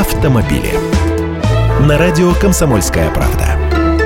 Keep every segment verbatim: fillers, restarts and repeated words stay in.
автомобили. На радио «Комсомольская правда».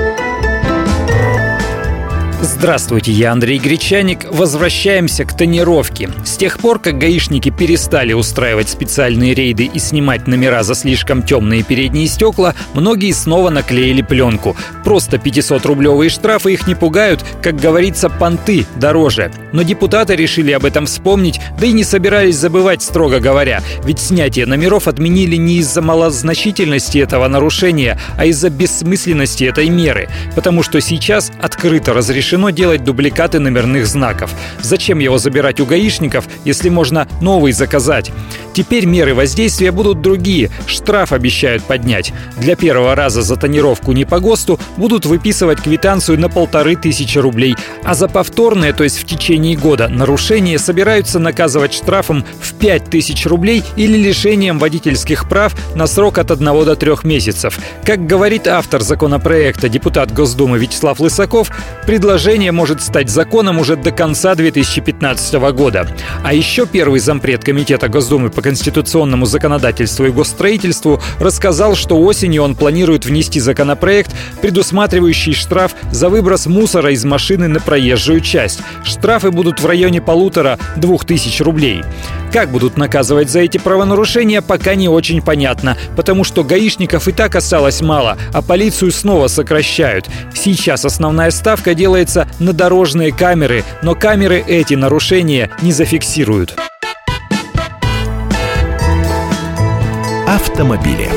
Здравствуйте, я Андрей Гречаник. Возвращаемся к тонировке. С тех пор, как гаишники перестали устраивать специальные рейды и снимать номера за слишком темные передние стекла, многие снова наклеили пленку. Просто пятисотрублевые штрафы их не пугают, как говорится, понты дороже. Но депутаты решили об этом вспомнить, да и не собирались забывать, строго говоря. Ведь снятие номеров отменили не из-за малозначительности этого нарушения, а из-за бессмысленности этой меры. Потому что сейчас открыто разрешено Решено делать дубликаты номерных знаков. Зачем его забирать у гаишников, если можно новый заказать? Теперь меры воздействия будут другие. Штраф обещают поднять. Для первого раза за тонировку не по ГОСТу будут выписывать квитанцию на полторы тысячи рублей. А за повторное, то есть в течение года, нарушение собираются наказывать штрафом в пять тысяч рублей или лишением водительских прав на срок от одного до трех месяцев. Как говорит автор законопроекта, депутат Госдумы Вячеслав Лысаков, предложение Предложение может стать законом уже до конца две тысячи пятнадцатого года. А еще первый зампред Комитета Госдумы по конституционному законодательству и госстроительству рассказал, что осенью он планирует внести законопроект, предусматривающий штраф за выброс мусора из машины на проезжую часть. Штрафы будут в районе полутора-двух тысяч рублей. Как будут наказывать за эти правонарушения, пока не очень понятно, потому что гаишников и так осталось мало, а полицию снова сокращают. Сейчас основная ставка делается на дорожные камеры, но камеры эти нарушения не зафиксируют. Автомобили.